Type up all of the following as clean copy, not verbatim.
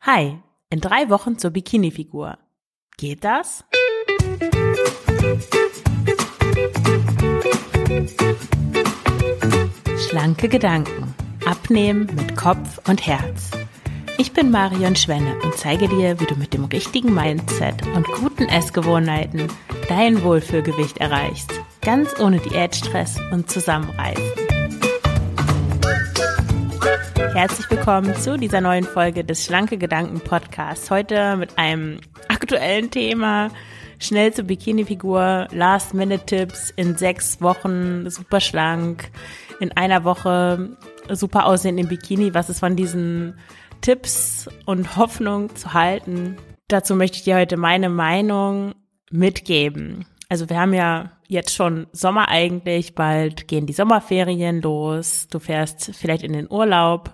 Hi, in 3 Wochen zur Bikini-Figur. Geht das? Schlanke Gedanken. Abnehmen mit Kopf und Herz. Ich bin Marion Schwenne und zeige dir, wie du mit dem richtigen Mindset und guten Essgewohnheiten dein Wohlfühlgewicht erreichst. Ganz ohne Diätstress und Zusammenreißen. Herzlich willkommen zu dieser neuen Folge des Schlanke Gedanken Podcasts. Heute mit einem aktuellen Thema. Schnell zur Bikini-Figur, Last-Minute-Tipps in 6 Wochen, super schlank, in einer Woche super aussehen im Bikini. Was ist von diesen Tipps und Hoffnung zu halten? Dazu möchte ich dir heute meine Meinung mitgeben. Also wir haben ja jetzt schon Sommer eigentlich, bald gehen die Sommerferien los, du fährst vielleicht in den Urlaub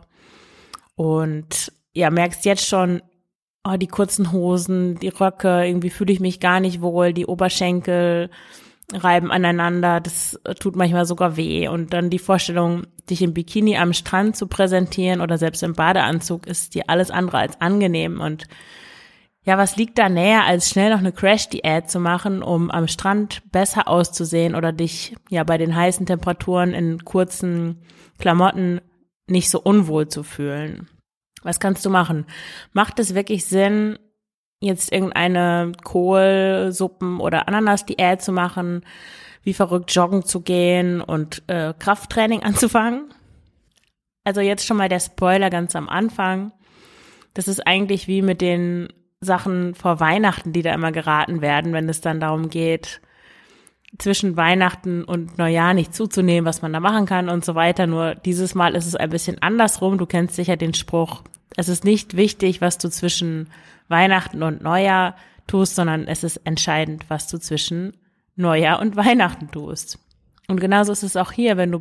und ja, merkst jetzt schon, oh, die kurzen Hosen, die Röcke, irgendwie fühle ich mich gar nicht wohl, die Oberschenkel reiben aneinander, das tut manchmal sogar weh. Und dann die Vorstellung, dich im Bikini am Strand zu präsentieren oder selbst im Badeanzug, ist dir alles andere als angenehm. Und ja, was liegt da näher, als schnell noch eine Crash-Diät zu machen, um am Strand besser auszusehen oder dich ja bei den heißen Temperaturen in kurzen Klamotten nicht so unwohl zu fühlen? Was kannst du machen? Macht es wirklich Sinn, jetzt irgendeine Kohlsuppen- oder Ananas-Diät zu machen, wie verrückt joggen zu gehen und Krafttraining anzufangen? Also jetzt schon mal der Spoiler ganz am Anfang. Das ist eigentlich wie mit den Sachen vor Weihnachten, die da immer geraten werden, wenn es dann darum geht, zwischen Weihnachten und Neujahr nicht zuzunehmen, was man da machen kann und so weiter. Nur dieses Mal ist es ein bisschen andersrum. Du kennst sicher den Spruch, es ist nicht wichtig, was du zwischen Weihnachten und Neujahr tust, sondern es ist entscheidend, was du zwischen Neujahr und Weihnachten tust. Und genauso ist es auch hier, wenn du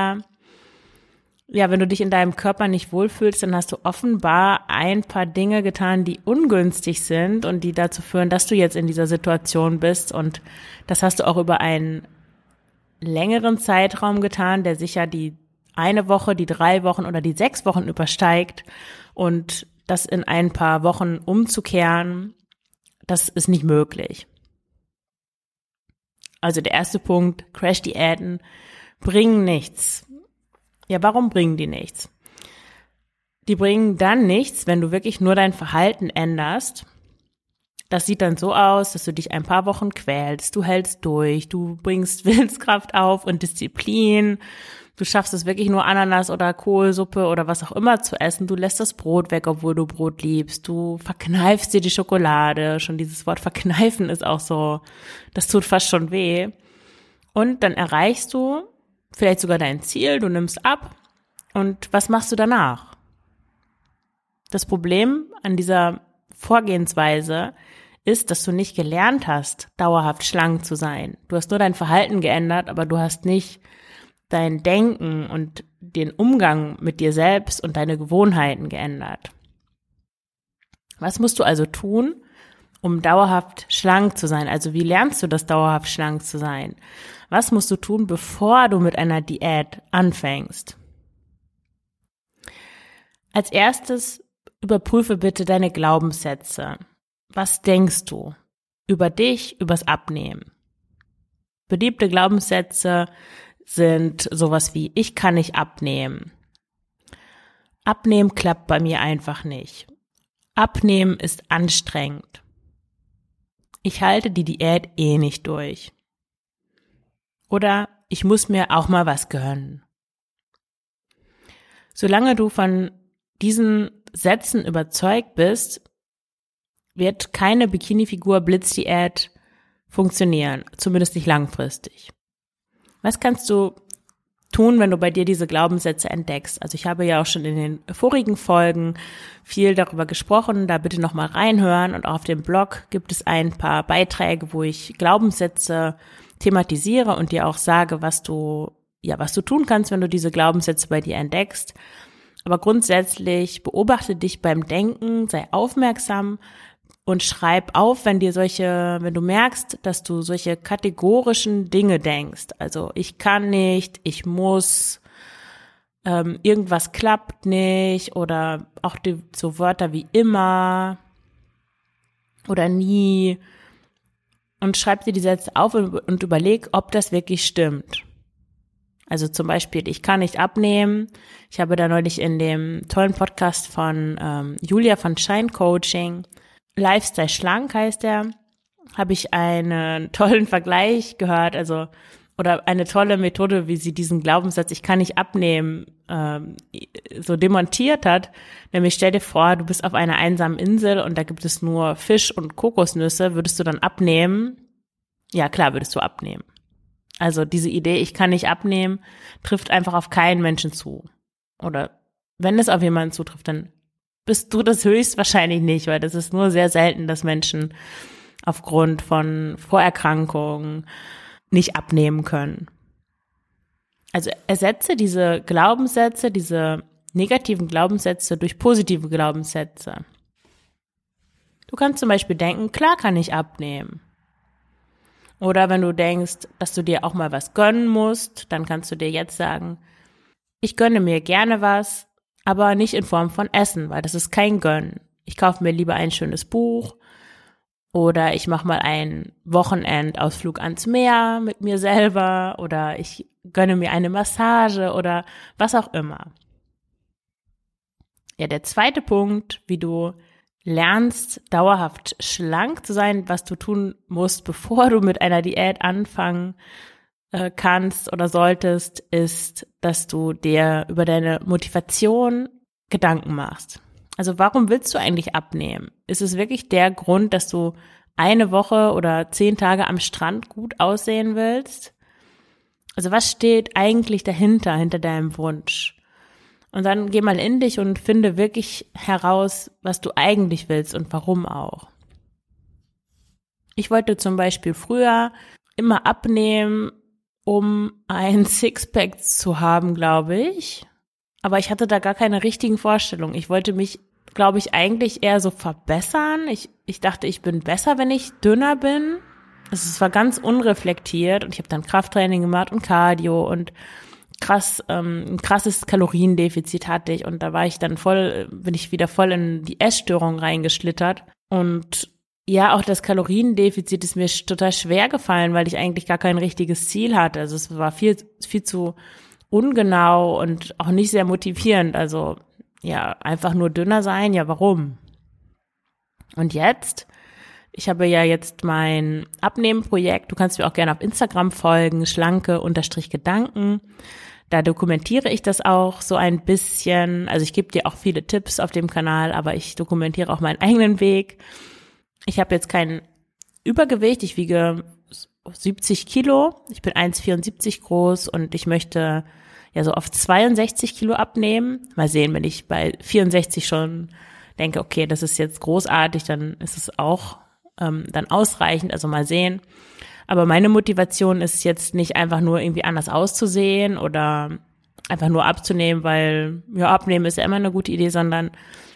wenn du dich in deinem Körper nicht wohlfühlst, dann hast du offenbar ein paar Dinge getan, die ungünstig sind und die dazu führen, dass du jetzt in dieser Situation bist. Und das hast du auch über einen längeren Zeitraum getan, der sicher die 1 Woche, die 3 Wochen oder die 6 Wochen übersteigt. Und das in ein paar Wochen umzukehren, das ist nicht möglich. Also der erste Punkt, Crash-Diäten bringen nichts. Ja, warum bringen die nichts? Die bringen dann nichts, wenn du wirklich nur dein Verhalten änderst. Das sieht dann so aus, dass du dich ein paar Wochen quälst, du hältst durch, du bringst Willenskraft auf und Disziplin. Du schaffst es wirklich nur Ananas oder Kohlsuppe oder was auch immer zu essen. Du lässt das Brot weg, obwohl du Brot liebst. Du verkneifst dir die Schokolade. Schon dieses Wort verkneifen ist auch so, das tut fast schon weh. Und dann erreichst du vielleicht sogar dein Ziel, du nimmst ab. Und was machst du danach? Das Problem an dieser Vorgehensweise ist, dass du nicht gelernt hast, dauerhaft schlank zu sein. Du hast nur dein Verhalten geändert, aber du hast nicht dein Denken und den Umgang mit dir selbst und deine Gewohnheiten geändert. Was musst du also tun, um dauerhaft schlank zu sein? Also wie lernst du das, dauerhaft schlank zu sein? Was musst du tun, bevor du mit einer Diät anfängst? Als erstes überprüfe bitte deine Glaubenssätze. Was denkst du über dich, übers Abnehmen? Beliebte Glaubenssätze sind sowas wie, ich kann nicht abnehmen. Abnehmen klappt bei mir einfach nicht. Abnehmen ist anstrengend. Ich halte die Diät eh nicht durch. Oder ich muss mir auch mal was gönnen. Solange du von diesen Sätzen überzeugt bist, wird keine Bikini-Figur-Blitzdiät funktionieren, zumindest nicht langfristig. Was kannst du tun, wenn du bei dir diese Glaubenssätze entdeckst? Also ich habe ja auch schon in den vorigen Folgen viel darüber gesprochen, da bitte nochmal reinhören, und auch auf dem Blog gibt es ein paar Beiträge, wo ich Glaubenssätze thematisiere und dir auch sage, was du tun kannst, wenn du diese Glaubenssätze bei dir entdeckst. Aber grundsätzlich beobachte dich beim Denken, sei aufmerksam und schreib auf, wenn du merkst, dass du solche kategorischen Dinge denkst. Also ich kann nicht, ich muss, irgendwas klappt nicht oder auch so Wörter wie immer oder nie, und schreib dir die Sätze auf und überleg, ob das wirklich stimmt. Also zum Beispiel, ich kann nicht abnehmen. Ich habe da neulich in dem tollen Podcast von Julia von Shine Coaching, Lifestyle Schlank heißt der, habe ich einen tollen Vergleich gehört, oder eine tolle Methode, wie sie diesen Glaubenssatz, ich kann nicht abnehmen, so demontiert hat. Nämlich stell dir vor, du bist auf einer einsamen Insel und da gibt es nur Fisch und Kokosnüsse. Würdest du dann abnehmen? Ja, klar, würdest du abnehmen. Also diese Idee, ich kann nicht abnehmen, trifft einfach auf keinen Menschen zu. Oder wenn es auf jemanden zutrifft, dann bist du das höchstwahrscheinlich nicht, weil das ist nur sehr selten, dass Menschen aufgrund von Vorerkrankungen nicht abnehmen können. Also ersetze diese Glaubenssätze, diese negativen Glaubenssätze durch positive Glaubenssätze. Du kannst zum Beispiel denken, klar kann ich abnehmen. Oder wenn du denkst, dass du dir auch mal was gönnen musst, dann kannst du dir jetzt sagen, ich gönne mir gerne was, aber nicht in Form von Essen, weil das ist kein Gönnen. Ich kaufe mir lieber ein schönes Buch oder ich mache mal einen Wochenendausflug ans Meer mit mir selber oder ich gönne mir eine Massage oder was auch immer. Ja, der zweite Punkt, wie du lernst, dauerhaft schlank zu sein, was du tun musst, bevor du mit einer Diät anfangen kannst oder solltest, ist, dass du dir über deine Motivation Gedanken machst. Also warum willst du eigentlich abnehmen? Ist es wirklich der Grund, dass du eine Woche oder 10 Tage am Strand gut aussehen willst? Also was steht eigentlich dahinter, hinter deinem Wunsch? Und dann geh mal in dich und finde wirklich heraus, was du eigentlich willst und warum auch. Ich wollte zum Beispiel früher immer abnehmen, um ein Sixpack zu haben, glaube ich. Aber ich hatte da gar keine richtigen Vorstellungen. Ich wollte mich, glaube ich, eigentlich eher so verbessern. Ich dachte, ich bin besser, wenn ich dünner bin. Es war ganz unreflektiert und ich habe dann Krafttraining gemacht und Cardio und ein krasses Kaloriendefizit hatte ich und da bin ich wieder voll in die Essstörung reingeschlittert. Und ja, auch das Kaloriendefizit ist mir total schwer gefallen, weil ich eigentlich gar kein richtiges Ziel hatte. Also es war viel zu ungenau und auch nicht sehr motivierend. Also ja, einfach nur dünner sein, ja, warum? Und jetzt, ich habe ja jetzt mein Abnehmen-Projekt, du kannst mir auch gerne auf Instagram folgen, schlanke_Gedanken. Da dokumentiere ich das auch so ein bisschen. Also ich gebe dir auch viele Tipps auf dem Kanal, aber ich dokumentiere auch meinen eigenen Weg. Ich habe jetzt kein Übergewicht, ich wiege 70 Kilo, ich bin 1,74 groß und ich möchte ja so auf 62 Kilo abnehmen. Mal sehen, wenn ich bei 64 schon denke, okay, das ist jetzt großartig, dann ist es auch dann ausreichend, also mal sehen. Aber meine Motivation ist jetzt nicht einfach nur irgendwie anders auszusehen oder einfach nur abzunehmen, weil ja, abnehmen ist ja immer eine gute Idee, sondern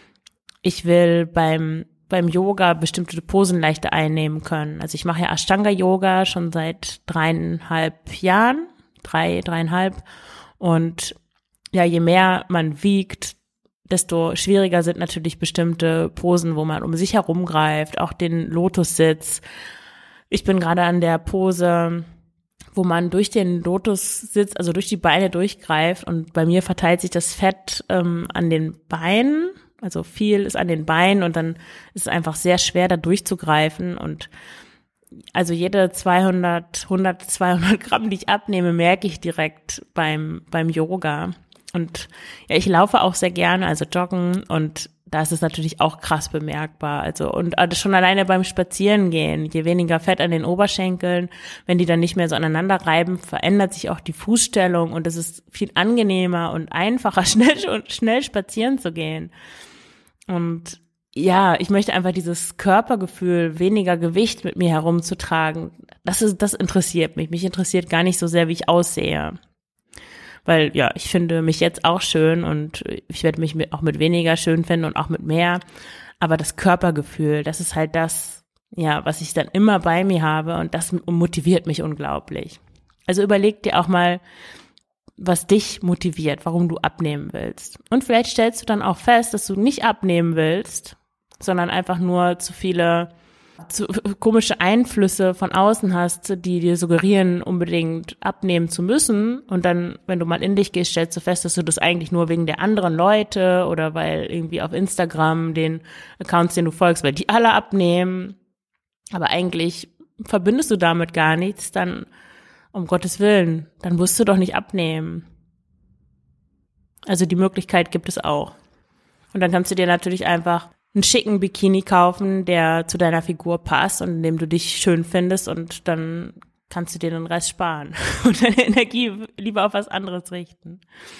ich will beim Yoga bestimmte Posen leichter einnehmen können. Also ich mache ja Ashtanga-Yoga schon seit 3,5 Jahren, 3,5. Und ja, je mehr man wiegt, desto schwieriger sind natürlich bestimmte Posen, wo man um sich herum greift, auch den Lotussitz. Ich bin gerade an der Pose, wo man durch den Lotussitz, also durch die Beine durchgreift und bei mir verteilt sich das Fett an den Beinen, also viel ist an den Beinen und dann ist es einfach sehr schwer, da durchzugreifen und also jede 200 Gramm, die ich abnehme, merke ich direkt beim Yoga. Und ja, ich laufe auch sehr gerne, also joggen und da ist es natürlich auch krass bemerkbar. Also und schon alleine beim Spazierengehen, je weniger Fett an den Oberschenkeln, wenn die dann nicht mehr so aneinander reiben, verändert sich auch die Fußstellung und es ist viel angenehmer und einfacher, schnell spazieren zu gehen. Und ja, ich möchte einfach dieses Körpergefühl, weniger Gewicht mit mir herumzutragen. Das interessiert mich. Mich interessiert gar nicht so sehr, wie ich aussehe. Weil ja, ich finde mich jetzt auch schön und ich werde mich auch mit weniger schön finden und auch mit mehr. Aber das Körpergefühl, das ist halt das, ja, was ich dann immer bei mir habe und das motiviert mich unglaublich. Also überleg dir auch mal, was dich motiviert, warum du abnehmen willst. Und vielleicht stellst du dann auch fest, dass du nicht abnehmen willst, sondern einfach nur zu komische Einflüsse von außen hast, die dir suggerieren, unbedingt abnehmen zu müssen. Und dann, wenn du mal in dich gehst, stellst du fest, dass du das eigentlich nur wegen der anderen Leute oder weil irgendwie auf Instagram den Accounts, denen du folgst, weil die alle abnehmen. Aber eigentlich verbindest du damit gar nichts, dann um Gottes Willen, dann musst du doch nicht abnehmen. Also die Möglichkeit gibt es auch. Und dann kannst du dir natürlich einfach einen schicken Bikini kaufen, der zu deiner Figur passt und in dem du dich schön findest, und dann kannst du dir den Rest sparen und deine Energie lieber auf was anderes richten.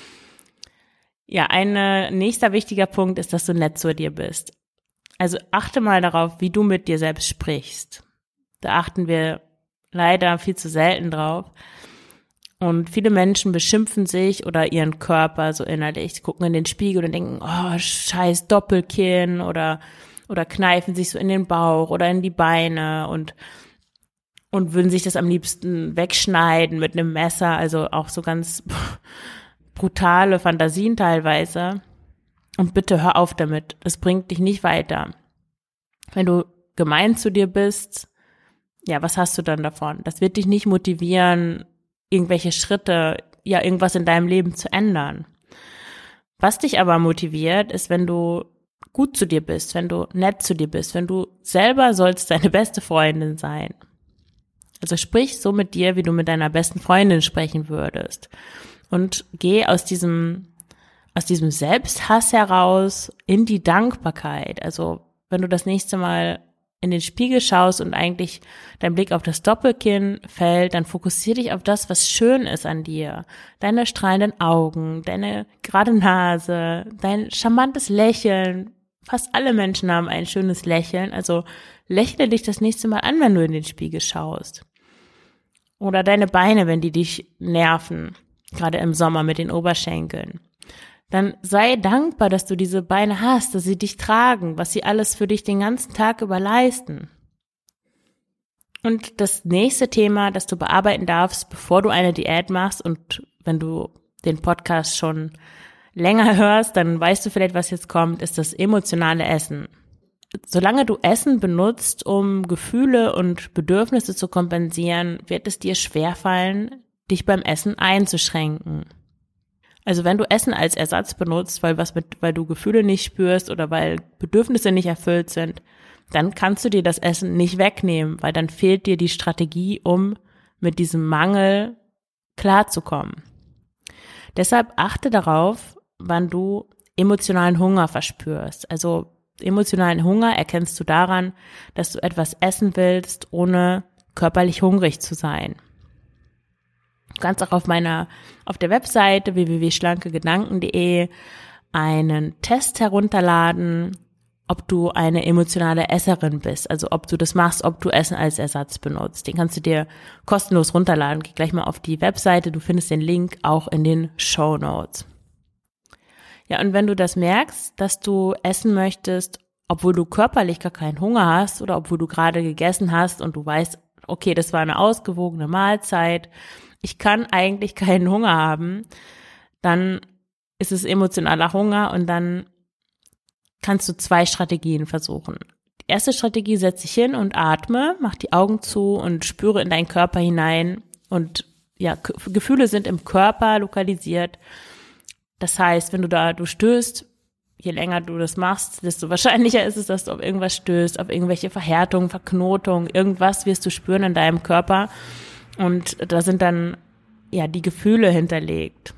Ja, ein nächster wichtiger Punkt ist, dass du nett zu dir bist. Also achte mal darauf, wie du mit dir selbst sprichst. Da achten wir leider viel zu selten drauf. Und viele Menschen beschimpfen sich oder ihren Körper so innerlich. Sie gucken in den Spiegel und denken, oh, scheiß Doppelkinn, oder kneifen sich so in den Bauch oder in die Beine und würden sich das am liebsten wegschneiden mit einem Messer. Also auch so ganz brutale Fantasien teilweise. Und bitte hör auf damit. Das bringt dich nicht weiter. Wenn du gemein zu dir bist, ja, was hast du dann davon? Das wird dich nicht motivieren, irgendwelche Schritte, ja, irgendwas in deinem Leben zu ändern. Was dich aber motiviert, ist, wenn du gut zu dir bist, wenn du nett zu dir bist, wenn du selber sollst deine beste Freundin sein. Also sprich so mit dir, wie du mit deiner besten Freundin sprechen würdest. Und geh aus diesem Selbsthass heraus in die Dankbarkeit. Also wenn du das nächste Mal in den Spiegel schaust und eigentlich dein Blick auf das Doppelkinn fällt, dann fokussier dich auf das, was schön ist an dir. Deine strahlenden Augen, deine gerade Nase, dein charmantes Lächeln. Fast alle Menschen haben ein schönes Lächeln, also lächle dich das nächste Mal an, wenn du in den Spiegel schaust. Oder deine Beine, wenn die dich nerven, gerade im Sommer mit den Oberschenkeln. Dann sei dankbar, dass du diese Beine hast, dass sie dich tragen, was sie alles für dich den ganzen Tag über leisten. Und das nächste Thema, das du bearbeiten darfst, bevor du eine Diät machst, und wenn du den Podcast schon länger hörst, dann weißt du vielleicht, was jetzt kommt, ist das emotionale Essen. Solange du Essen benutzt, um Gefühle und Bedürfnisse zu kompensieren, wird es dir schwerfallen, dich beim Essen einzuschränken. Also wenn du Essen als Ersatz benutzt, weil du Gefühle nicht spürst oder weil Bedürfnisse nicht erfüllt sind, dann kannst du dir das Essen nicht wegnehmen, weil dann fehlt dir die Strategie, um mit diesem Mangel klarzukommen. Deshalb achte darauf, wann du emotionalen Hunger verspürst. Also emotionalen Hunger erkennst du daran, dass du etwas essen willst, ohne körperlich hungrig zu sein. Du kannst auch auf der Webseite www.schlankegedanken.de einen Test herunterladen, ob du eine emotionale Esserin bist, also ob du das machst, ob du Essen als Ersatz benutzt. Den kannst du dir kostenlos runterladen. Geh gleich mal auf die Webseite, du findest den Link auch in den Shownotes. Ja, und wenn du das merkst, dass du essen möchtest, obwohl du körperlich gar keinen Hunger hast oder obwohl du gerade gegessen hast und du weißt, okay, das war eine ausgewogene Mahlzeit, ich kann eigentlich keinen Hunger haben, dann ist es emotionaler Hunger und dann kannst du 2 Strategien versuchen. Die erste Strategie: setz dich hin und atme, mach die Augen zu und spüre in deinen Körper hinein. Und ja, Gefühle sind im Körper lokalisiert. Das heißt, wenn du stößt, je länger du das machst, desto wahrscheinlicher ist es, dass du auf irgendwas stößt, auf irgendwelche Verhärtungen, Verknotungen, irgendwas wirst du spüren in deinem Körper. Und da sind dann ja die Gefühle hinterlegt.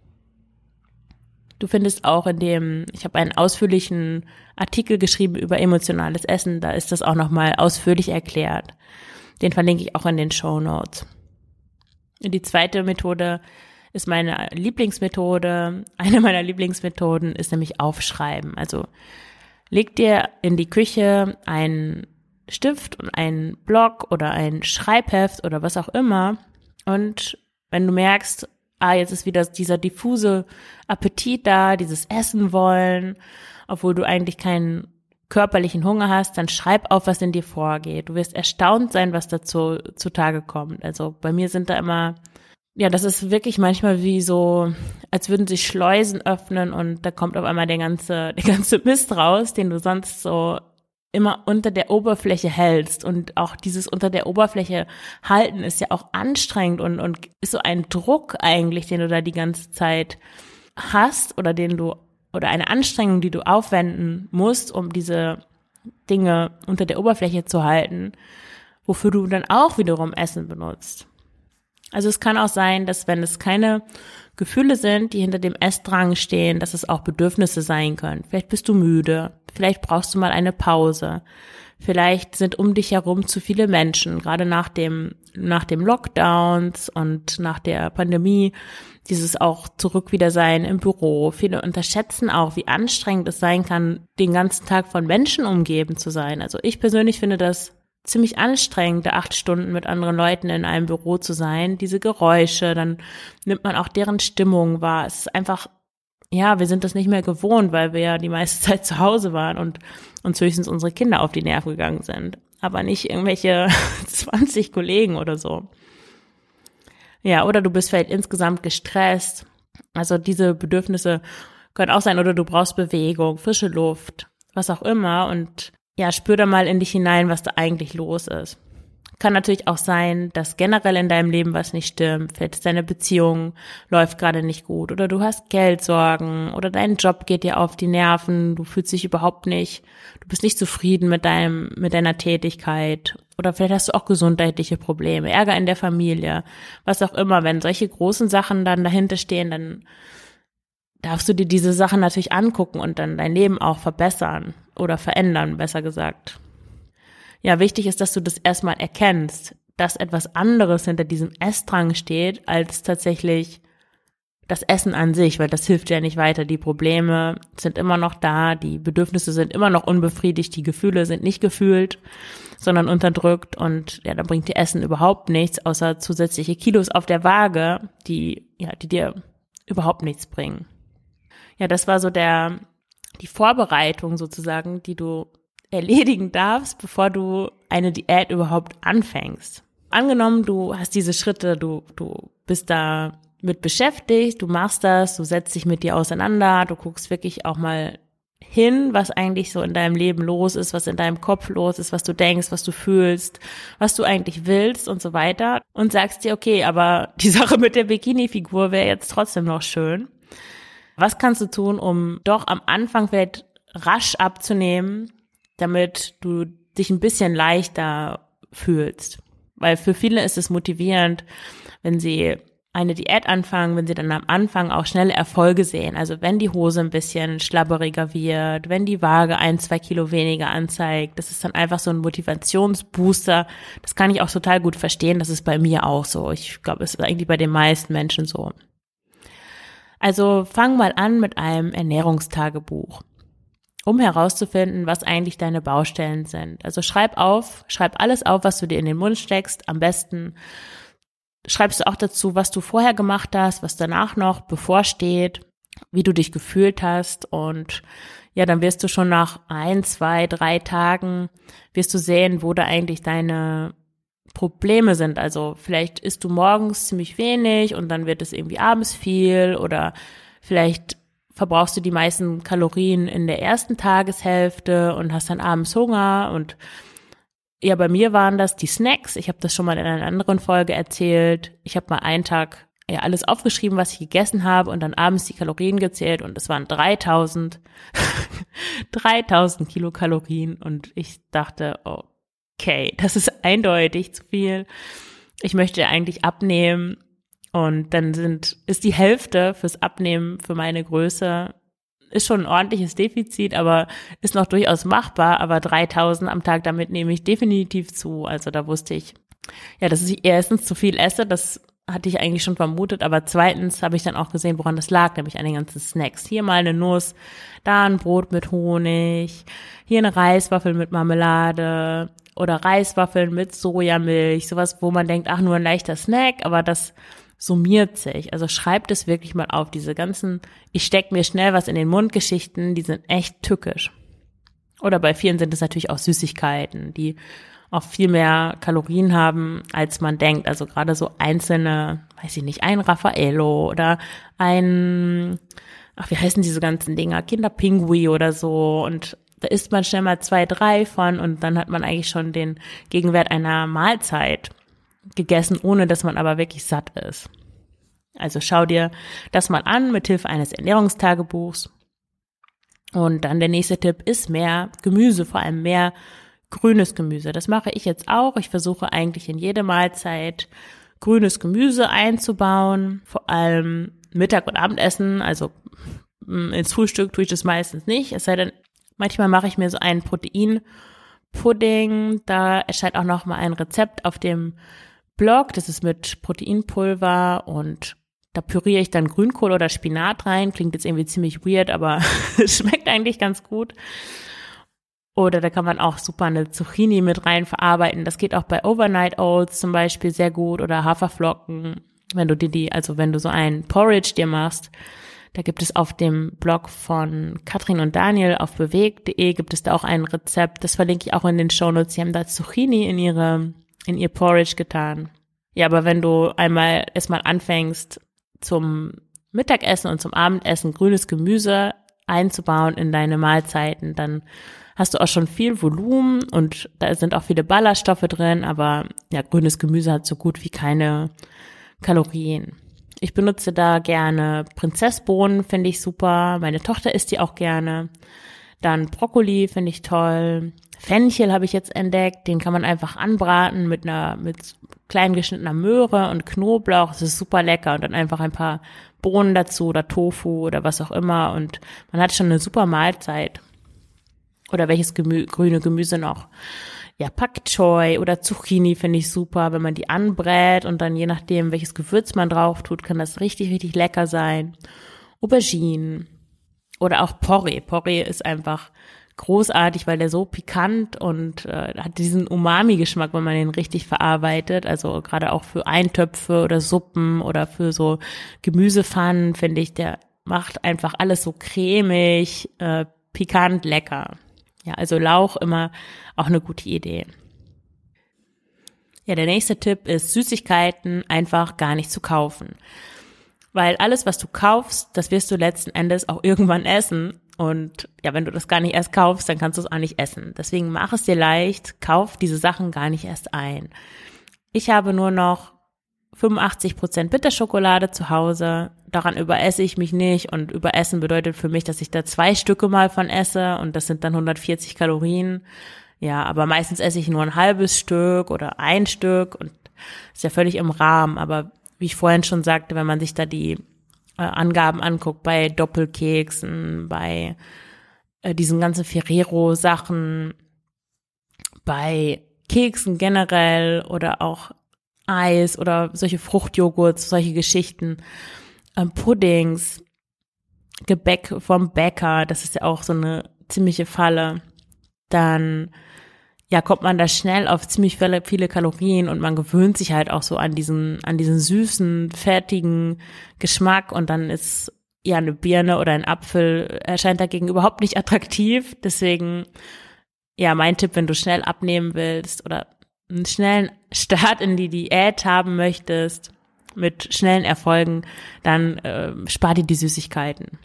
Du findest auch ich habe einen ausführlichen Artikel geschrieben über emotionales Essen, da ist das auch nochmal ausführlich erklärt. Den verlinke ich auch in den Shownotes. Die zweite Methode ist meine Lieblingsmethode. Eine meiner Lieblingsmethoden ist nämlich Aufschreiben. Also leg dir in die Küche einen Stift und einen Block oder ein Schreibheft oder was auch immer, und wenn du merkst, jetzt ist wieder dieser diffuse Appetit da, dieses Essen wollen, obwohl du eigentlich keinen körperlichen Hunger hast, dann schreib auf, was in dir vorgeht. Du wirst erstaunt sein, was dazu zutage kommt. Also bei mir sind da immer Ja, das ist wirklich manchmal wie so, als würden sich Schleusen öffnen und da kommt auf einmal der ganze Mist raus, den du sonst so immer unter der Oberfläche hältst. Und auch dieses unter der Oberfläche halten ist ja auch anstrengend und ist so ein Druck eigentlich, den du da die ganze Zeit hast oder oder eine Anstrengung, die du aufwenden musst, um diese Dinge unter der Oberfläche zu halten, wofür du dann auch wiederum Essen benutzt. Also es kann auch sein, dass wenn es keine Gefühle sind, die hinter dem Essdrang stehen, dass es auch Bedürfnisse sein können. Vielleicht bist du müde, vielleicht brauchst du mal eine Pause, vielleicht sind um dich herum zu viele Menschen, gerade nach dem Lockdowns und nach der Pandemie, dieses auch zurück wieder sein im Büro. Viele unterschätzen auch, wie anstrengend es sein kann, den ganzen Tag von Menschen umgeben zu sein. Also ich persönlich finde das ziemlich anstrengend, da 8 Stunden mit anderen Leuten in einem Büro zu sein. Diese Geräusche, dann nimmt man auch deren Stimmung wahr. Es ist einfach, ja, wir sind das nicht mehr gewohnt, weil wir ja die meiste Zeit zu Hause waren und uns höchstens unsere Kinder auf die Nerven gegangen sind. Aber nicht irgendwelche 20 Kollegen oder so. Ja, oder du bist vielleicht insgesamt gestresst. Also diese Bedürfnisse können auch sein, oder du brauchst Bewegung, frische Luft, was auch immer. Und ja, spür da mal in dich hinein, was da eigentlich los ist. Kann natürlich auch sein, dass generell in deinem Leben was nicht stimmt. Vielleicht ist deine Beziehung läuft gerade nicht gut oder du hast Geldsorgen oder dein Job geht dir auf die Nerven. Du fühlst dich überhaupt nicht, du bist nicht zufrieden mit deiner Tätigkeit oder vielleicht hast du auch gesundheitliche Probleme, Ärger in der Familie, was auch immer. Wenn solche großen Sachen dann dahinter stehen, dann darfst du dir diese Sachen natürlich angucken und dann dein Leben auch verbessern oder verändern, besser gesagt. Ja, wichtig ist, dass du das erstmal erkennst, dass etwas anderes hinter diesem Essdrang steht, als tatsächlich das Essen an sich, weil das hilft ja nicht weiter. Die Probleme sind immer noch da, die Bedürfnisse sind immer noch unbefriedigt, die Gefühle sind nicht gefühlt, sondern unterdrückt und ja, dann bringt dir Essen überhaupt nichts, außer zusätzliche Kilos auf der Waage, die dir überhaupt nichts bringen. Ja, das war so die Vorbereitung sozusagen, die du erledigen darfst, bevor du eine Diät überhaupt anfängst. Angenommen, du hast diese Schritte, du bist da mit beschäftigt, du machst das, du setzt dich mit dir auseinander, du guckst wirklich auch mal hin, was eigentlich so in deinem Leben los ist, was in deinem Kopf los ist, was du denkst, was du fühlst, was du eigentlich willst und so weiter und sagst dir, okay, aber die Sache mit der Bikini-Figur wäre jetzt trotzdem noch schön. Was kannst du tun, um doch am Anfang vielleicht rasch abzunehmen, damit du dich ein bisschen leichter fühlst? Weil für viele ist es motivierend, wenn sie eine Diät anfangen, wenn sie dann am Anfang auch schnelle Erfolge sehen. Also wenn die Hose ein bisschen schlabberiger wird, wenn die Waage 1-2 Kilo weniger anzeigt, das ist dann einfach so ein Motivationsbooster. Das kann ich auch total gut verstehen. Das ist bei mir auch so. Ich glaube, es ist eigentlich bei den meisten Menschen so. Also fang mal an mit einem Ernährungstagebuch, um herauszufinden, was eigentlich deine Baustellen sind. Also schreib alles auf, was du dir in den Mund steckst. Am besten schreibst du auch dazu, was du vorher gemacht hast, was danach noch bevorsteht, wie du dich gefühlt hast. Und ja, dann wirst du schon nach 1, 2, 3 Tagen wirst du sehen, wo da eigentlich deine Probleme sind. Also vielleicht isst du morgens ziemlich wenig und dann wird es irgendwie abends viel oder vielleicht verbrauchst du die meisten Kalorien in der ersten Tageshälfte und hast dann abends Hunger. Und ja, bei mir waren das die Snacks. Ich habe das schon mal in einer anderen Folge erzählt. Ich habe mal einen Tag alles aufgeschrieben, was ich gegessen habe und dann abends die Kalorien gezählt und es waren 3000 Kilokalorien und ich dachte, okay, das ist eindeutig zu viel. Ich möchte eigentlich abnehmen und dann ist die Hälfte fürs Abnehmen für meine Größe, ist schon ein ordentliches Defizit, aber ist noch durchaus machbar, aber 3000 am Tag, damit nehme ich definitiv zu. Also da wusste ich, ja, dass ich erstens zu viel esse, das hatte ich eigentlich schon vermutet, aber zweitens habe ich dann auch gesehen, woran das lag, nämlich an den ganzen Snacks. Hier mal eine Nuss, da ein Brot mit Honig, hier eine Reiswaffel mit Marmelade oder Reiswaffeln mit Sojamilch, sowas, wo man denkt, ach, nur ein leichter Snack, aber das summiert sich. Also schreibt es wirklich mal auf. Diese ganzen, ich steck mir schnell was in den Mund Geschichten, die sind echt tückisch. Oder bei vielen sind es natürlich auch Süßigkeiten, die auch viel mehr Kalorien haben, als man denkt. Also gerade so einzelne, weiß ich nicht, ein Raffaello oder wie heißen diese ganzen Dinger, Kinderpingui oder so. Und da isst man schnell mal 2, 3 von und dann hat man eigentlich schon den Gegenwert einer Mahlzeit gegessen, ohne dass man aber wirklich satt ist. Also schau dir das mal an mit Hilfe eines Ernährungstagebuchs. Und dann der nächste Tipp ist mehr Gemüse, vor allem mehr grünes Gemüse. Das mache ich jetzt auch. Ich versuche eigentlich in jede Mahlzeit grünes Gemüse einzubauen, vor allem Mittag- und Abendessen. Also ins Frühstück tue ich das meistens nicht, es sei denn, manchmal mache ich mir so einen Proteinpudding. Da erscheint auch noch mal ein Rezept auf dem Blog. Das ist mit Proteinpulver und da püriere ich dann Grünkohl oder Spinat rein. Klingt jetzt irgendwie ziemlich weird, aber es schmeckt eigentlich ganz gut. Oder da kann man auch super eine Zucchini mit rein verarbeiten. Das geht auch bei Overnight Oats zum Beispiel sehr gut oder Haferflocken. Wenn du so ein Porridge dir machst, da gibt es auf dem Blog von Katrin und Daniel auf bewegt.de gibt es da auch ein Rezept. Das verlinke ich auch in den Shownotes. Sie haben da Zucchini in ihr Porridge getan. Ja, aber wenn du erstmal anfängst, zum Mittagessen und zum Abendessen grünes Gemüse einzubauen in deine Mahlzeiten, dann hast du auch schon viel Volumen und da sind auch viele Ballaststoffe drin, aber ja, grünes Gemüse hat so gut wie keine Kalorien. Ich benutze da gerne Prinzessbohnen, finde ich super. Meine Tochter isst die auch gerne. Dann Brokkoli finde ich toll. Fenchel habe ich jetzt entdeckt, den kann man einfach anbraten mit klein geschnittener Möhre und Knoblauch. Das ist super lecker und dann einfach ein paar Bohnen dazu oder Tofu oder was auch immer und man hat schon eine super Mahlzeit. Oder welches grüne Gemüse noch? Ja, Pak Choi oder Zucchini finde ich super, wenn man die anbrät und dann je nachdem, welches Gewürz man drauf tut, kann das richtig, richtig lecker sein. Auberginen oder auch Porree. Porree ist einfach großartig, weil der so pikant und hat diesen Umami-Geschmack, wenn man den richtig verarbeitet. Also gerade auch für Eintöpfe oder Suppen oder für so Gemüsepfannen, finde ich, der macht einfach alles so cremig, pikant, lecker. Ja, also Lauch immer auch eine gute Idee. Ja, der nächste Tipp ist, Süßigkeiten einfach gar nicht zu kaufen. Weil alles, was du kaufst, das wirst du letzten Endes auch irgendwann essen. Und ja, wenn du das gar nicht erst kaufst, dann kannst du es auch nicht essen. Deswegen mach es dir leicht, kauf diese Sachen gar nicht erst ein. Ich habe nur noch 85% Bitterschokolade zu Hause. Daran überesse ich mich nicht und überessen bedeutet für mich, dass ich da 2 Stücke mal von esse und das sind dann 140 Kalorien. Ja, aber meistens esse ich nur ein halbes Stück oder ein Stück und ist ja völlig im Rahmen. Aber wie ich vorhin schon sagte, wenn man sich da die Angaben anguckt bei Doppelkeksen, bei diesen ganzen Ferrero-Sachen, bei Keksen generell oder auch Eis oder solche Fruchtjoghurts, solche Geschichten, Puddings, Gebäck vom Bäcker, das ist ja auch so eine ziemliche Falle. Dann ja, kommt man da schnell auf ziemlich viele Kalorien und man gewöhnt sich halt auch so an diesen süßen, fertigen Geschmack und dann ist ja eine Birne oder ein Apfel erscheint dagegen überhaupt nicht attraktiv. Deswegen ja, mein Tipp, wenn du schnell abnehmen willst oder einen schnellen Start in die Diät haben möchtest, mit schnellen Erfolgen, dann spar dir die Süßigkeiten.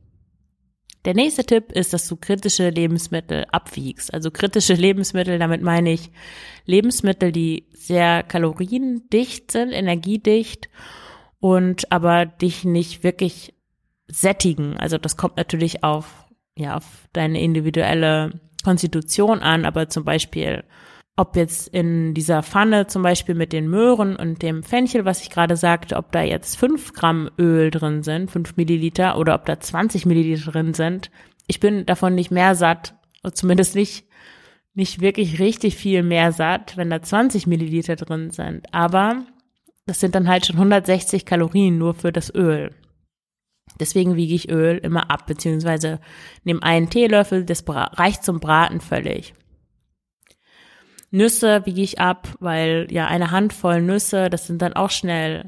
Der nächste Tipp ist, dass du kritische Lebensmittel abwiegst. Also kritische Lebensmittel, damit meine ich Lebensmittel, die sehr kaloriendicht sind, energiedicht und aber dich nicht wirklich sättigen. Also das kommt natürlich auf deine individuelle Konstitution an, aber zum Beispiel ob jetzt in dieser Pfanne zum Beispiel mit den Möhren und dem Fenchel, was ich gerade sagte, ob da jetzt 5 Gramm Öl drin sind, 5 Milliliter, oder ob da 20 Milliliter drin sind. Ich bin davon nicht mehr satt, zumindest nicht wirklich richtig viel mehr satt, wenn da 20 Milliliter drin sind. Aber das sind dann halt schon 160 Kalorien nur für das Öl. Deswegen wiege ich Öl immer ab, beziehungsweise nehme einen Teelöffel, das reicht zum Braten völlig. Nüsse wiege ich ab, weil ja eine Handvoll Nüsse, das sind dann auch schnell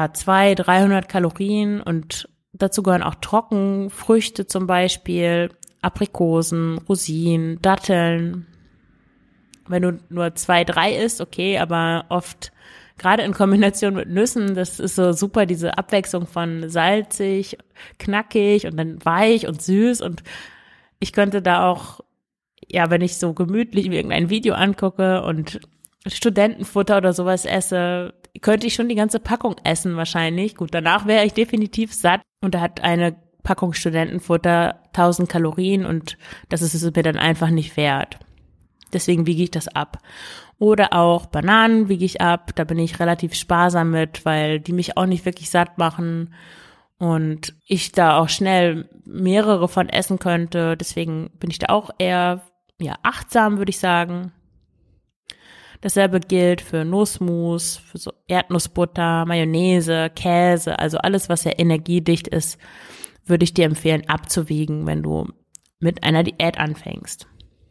200-300 Kalorien und dazu gehören auch Trockenfrüchte zum Beispiel, Aprikosen, Rosinen, Datteln. Wenn du nur 2, 3 isst, okay, aber oft, gerade in Kombination mit Nüssen, das ist so super, diese Abwechslung von salzig, knackig und dann weich und süß. Und ich könnte da auch, ja, wenn ich so gemütlich irgendein Video angucke und Studentenfutter oder sowas esse, könnte ich schon die ganze Packung essen wahrscheinlich. Gut, danach wäre ich definitiv satt. Und da hat eine Packung Studentenfutter 1000 Kalorien und das ist es mir dann einfach nicht wert. Deswegen wiege ich das ab. Oder auch Bananen wiege ich ab. Da bin ich relativ sparsam mit, weil die mich auch nicht wirklich satt machen und ich da auch schnell mehrere von essen könnte. Deswegen bin ich da auch eher achtsam, würde ich sagen. Dasselbe gilt für Nussmus, für so Erdnussbutter, Mayonnaise, Käse, also alles, was ja energiedicht ist, würde ich dir empfehlen abzuwiegen, wenn du mit einer Diät anfängst.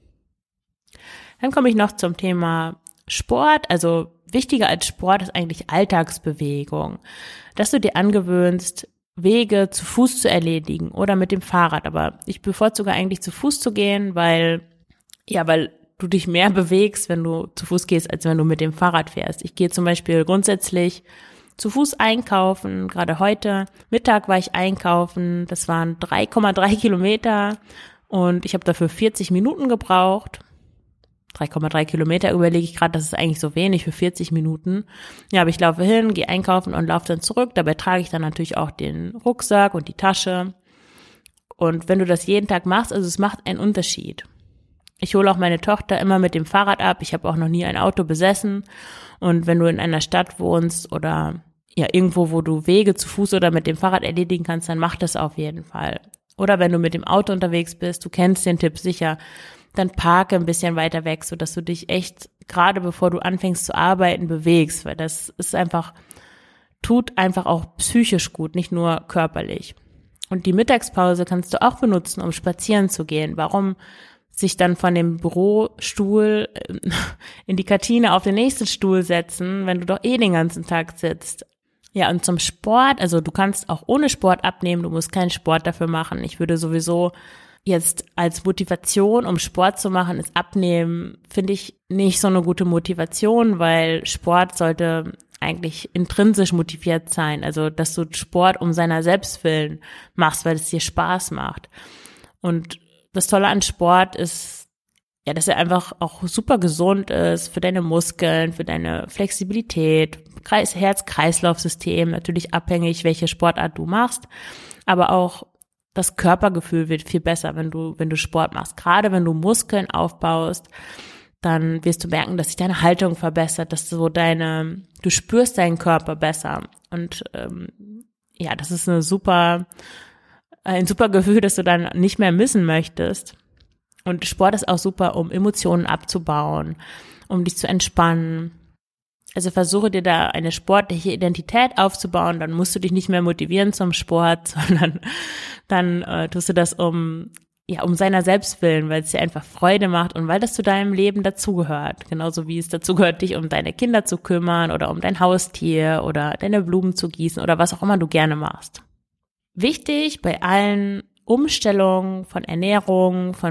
Dann komme ich noch zum Thema Sport. Also wichtiger als Sport ist eigentlich Alltagsbewegung. Dass du dir angewöhnst, Wege zu Fuß zu erledigen oder mit dem Fahrrad. Aber ich bevorzuge eigentlich zu Fuß zu gehen, weil du dich mehr bewegst, wenn du zu Fuß gehst, als wenn du mit dem Fahrrad fährst. Ich gehe zum Beispiel grundsätzlich zu Fuß einkaufen. Gerade heute Mittag war ich einkaufen. Das waren 3,3 Kilometer und ich habe dafür 40 Minuten gebraucht. 3,3 Kilometer überlege ich gerade, das ist eigentlich so wenig für 40 Minuten. Ja, aber ich laufe hin, gehe einkaufen und laufe dann zurück. Dabei trage ich dann natürlich auch den Rucksack und die Tasche. Und wenn du das jeden Tag machst, also es macht einen Unterschied. Ich hole auch meine Tochter immer mit dem Fahrrad ab. Ich habe auch noch nie ein Auto besessen. Und wenn du in einer Stadt wohnst oder irgendwo, wo du Wege zu Fuß oder mit dem Fahrrad erledigen kannst, dann mach das auf jeden Fall. Oder wenn du mit dem Auto unterwegs bist, du kennst den Tipp sicher, dann parke ein bisschen weiter weg, sodass du dich echt, gerade bevor du anfängst zu arbeiten, bewegst. Weil das ist tut einfach auch psychisch gut, nicht nur körperlich. Und die Mittagspause kannst du auch benutzen, um spazieren zu gehen. Warum sich dann von dem Bürostuhl in die Kantine auf den nächsten Stuhl setzen, wenn du doch den ganzen Tag sitzt? Ja, und zum Sport, also du kannst auch ohne Sport abnehmen, du musst keinen Sport dafür machen. Ich würde sowieso jetzt als Motivation, um Sport zu machen, ist Abnehmen, finde ich nicht so eine gute Motivation, weil Sport sollte eigentlich intrinsisch motiviert sein. Also, dass du Sport um seiner selbst willen machst, weil es dir Spaß macht. Und das Tolle an Sport ist, dass er einfach auch super gesund ist für deine Muskeln, für deine Flexibilität, Herz-Kreislauf-System, natürlich abhängig, welche Sportart du machst, aber auch das Körpergefühl wird viel besser, wenn du Sport machst. Gerade wenn du Muskeln aufbaust, dann wirst du merken, dass sich deine Haltung verbessert, dass du spürst deinen Körper besser. Und das ist ein super Gefühl, das du dann nicht mehr missen möchtest. Und Sport ist auch super, um Emotionen abzubauen, um dich zu entspannen. Also versuche dir da eine sportliche Identität aufzubauen, dann musst du dich nicht mehr motivieren zum Sport, sondern dann tust du das um seiner selbst willen, weil es dir einfach Freude macht und weil das zu deinem Leben dazugehört. Genauso wie es dazugehört, dich um deine Kinder zu kümmern oder um dein Haustier oder deine Blumen zu gießen oder was auch immer du gerne machst. Wichtig bei allen Umstellungen von Ernährung, von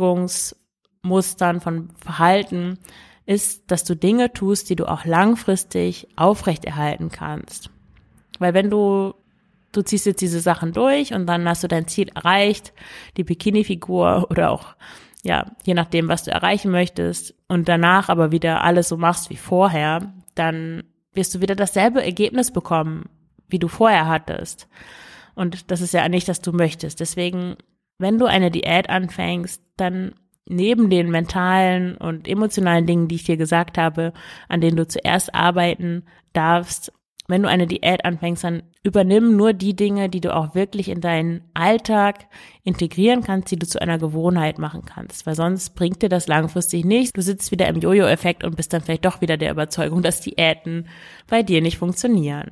Bewegungsmustern, von Verhalten ist, dass du Dinge tust, die du auch langfristig aufrechterhalten kannst. Weil wenn du ziehst jetzt diese Sachen durch und dann hast du dein Ziel erreicht, die Bikini-Figur oder auch, je nachdem, was du erreichen möchtest und danach aber wieder alles so machst wie vorher, dann wirst du wieder dasselbe Ergebnis bekommen, wie du vorher hattest. Und das ist ja nicht, was du möchtest. Deswegen, wenn du eine Diät anfängst, dann neben den mentalen und emotionalen Dingen, die ich dir gesagt habe, an denen du zuerst arbeiten darfst, wenn du eine Diät anfängst, dann übernimm nur die Dinge, die du auch wirklich in deinen Alltag integrieren kannst, die du zu einer Gewohnheit machen kannst, weil sonst bringt dir das langfristig nichts. Du sitzt wieder im Jojo-Effekt und bist dann vielleicht doch wieder der Überzeugung, dass Diäten bei dir nicht funktionieren.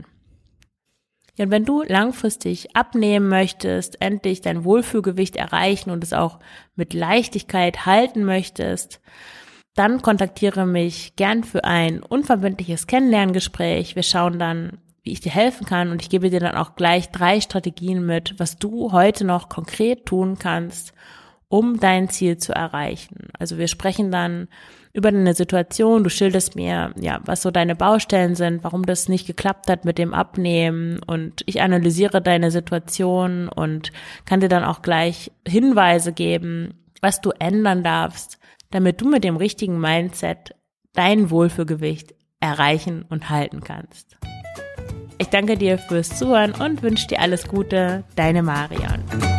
Ja, und wenn du langfristig abnehmen möchtest, endlich dein Wohlfühlgewicht erreichen und es auch mit Leichtigkeit halten möchtest, dann kontaktiere mich gern für ein unverbindliches Kennenlerngespräch. Wir schauen dann, wie ich dir helfen kann und ich gebe dir dann auch gleich 3 Strategien mit, was du heute noch konkret tun kannst, um dein Ziel zu erreichen. Also wir sprechen dann über eine Situation, du schilderst mir, ja, was so deine Baustellen sind, warum das nicht geklappt hat mit dem Abnehmen, und ich analysiere deine Situation und kann dir dann auch gleich Hinweise geben, was du ändern darfst, damit du mit dem richtigen Mindset dein Wohlfühlgewicht erreichen und halten kannst. Ich danke dir fürs Zuhören und wünsche dir alles Gute, deine Marion.